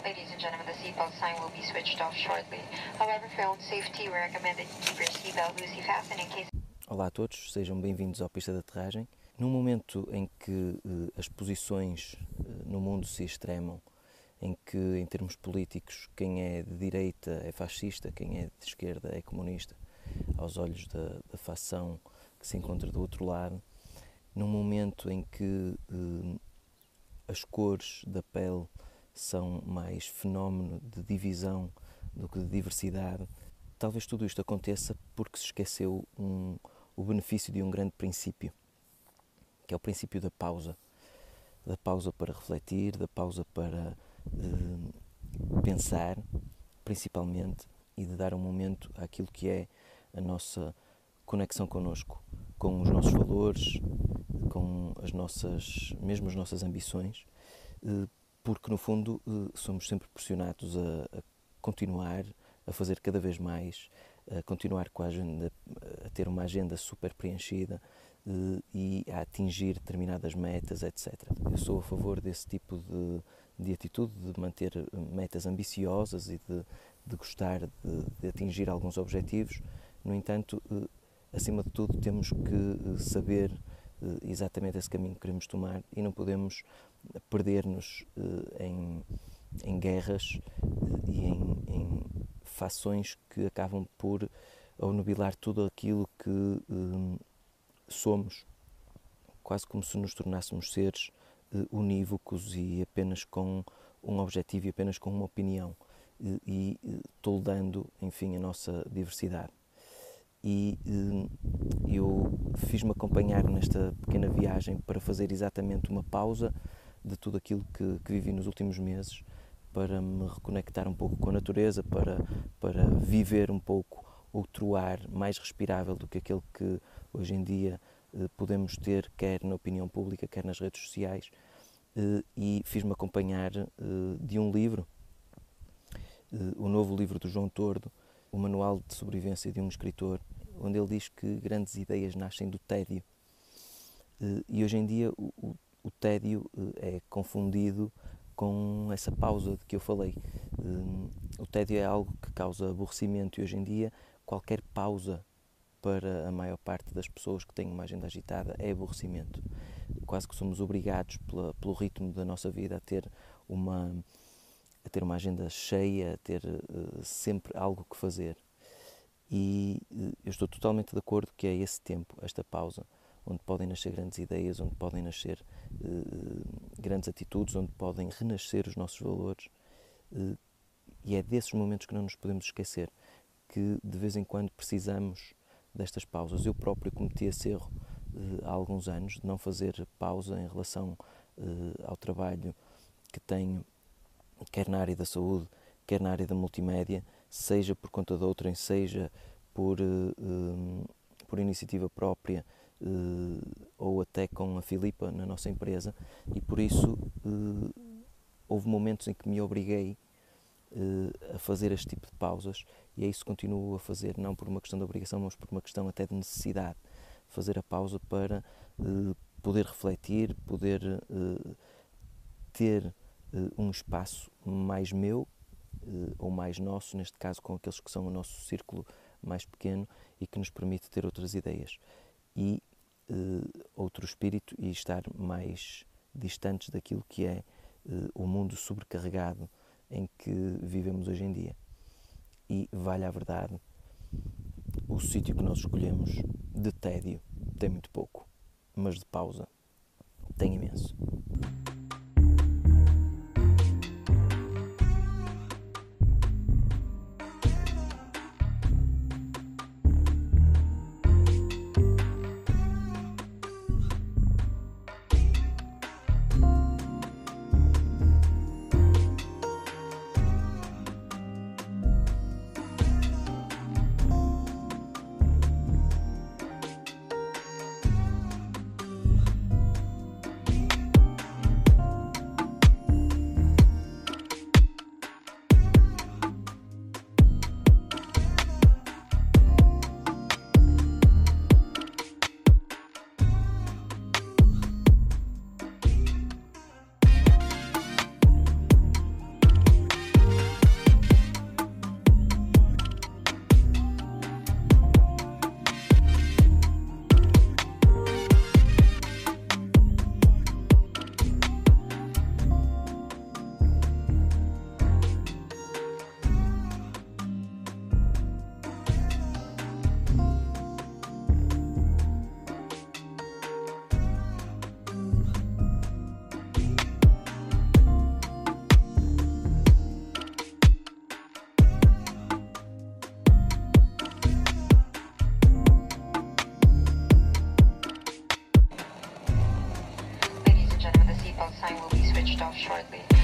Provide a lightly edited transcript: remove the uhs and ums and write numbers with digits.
Ladies and gentlemen, the seatbelt sign will be switched off shortly. However, for your own safety, we recommend that you keep your seatbelt loosely fastened in case... Olá a todos, sejam bem-vindos ao Pista de Aterragem. Num momento em que as posições no mundo se extremam, em que, em termos políticos, quem é de direita é fascista, quem é de esquerda é comunista, aos olhos da facção que se encontra do outro lado, num momento em que as cores da pele são mais fenómeno de divisão do que de diversidade, talvez tudo isto aconteça porque se esqueceu o benefício de um grande princípio, que é o princípio da pausa para refletir, da pausa para pensar, principalmente, e de dar um momento àquilo que é a nossa conexão connosco, com os nossos valores, com mesmo as nossas ambições, porque no fundo somos sempre pressionados a continuar, a fazer cada vez mais, a continuar com a agenda, a ter uma agenda super preenchida e a atingir determinadas metas, etc. Eu sou a favor desse tipo de atitude, de manter metas ambiciosas e de gostar de atingir alguns objetivos. No entanto, acima de tudo, temos que saber exatamente esse caminho que queremos tomar e não podemos perder-nos em guerras e em fações que acabam por obnubilar tudo aquilo que somos, quase como se nos tornássemos seres unívocos e apenas com um objetivo e apenas com uma opinião e toldando, enfim, a nossa diversidade. E eu fiz-me acompanhar nesta pequena viagem para fazer exatamente uma pausa de tudo aquilo que vivi nos últimos meses, para me reconectar um pouco com a natureza, para viver um pouco outro ar mais respirável do que aquele que hoje em dia podemos ter, quer na opinião pública, quer nas redes sociais, e fiz-me acompanhar de um livro, o novo livro do João Tordo, o Manual de Sobrevivência de um Escritor, onde ele diz que grandes ideias nascem do tédio. E hoje em dia o tédio é confundido com essa pausa de que eu falei. O tédio é algo que causa aborrecimento e hoje em dia qualquer pausa para a maior parte das pessoas que têm uma agenda agitada é aborrecimento. Quase que somos obrigados pelo ritmo da nossa vida a ter uma agenda cheia, a ter sempre algo que fazer. E eu estou totalmente de acordo que é esse tempo, esta pausa, onde podem nascer grandes ideias, onde podem nascer grandes atitudes, onde podem renascer os nossos valores. E é desses momentos que não nos podemos esquecer, que de vez em quando precisamos destas pausas. Eu próprio cometi esse erro há alguns anos, de não fazer pausa em relação ao trabalho que tenho, quer na área da saúde, quer na área da multimédia, seja por conta de outrem, seja por iniciativa própria, ou até com a Filipa na nossa empresa, e por isso houve momentos em que me obriguei a fazer este tipo de pausas, e é isso que continuo a fazer, não por uma questão de obrigação, mas por uma questão até de necessidade, fazer a pausa para poder refletir, poder ter um espaço mais meu, ou mais nosso, neste caso com aqueles que são o nosso círculo mais pequeno e que nos permite ter outras ideias e outro espírito e estar mais distantes daquilo que é o mundo sobrecarregado em que vivemos hoje em dia. E, vale a verdade, o sítio que nós escolhemos de tédio tem muito pouco, mas de pausa tem imenso. switched off shortly.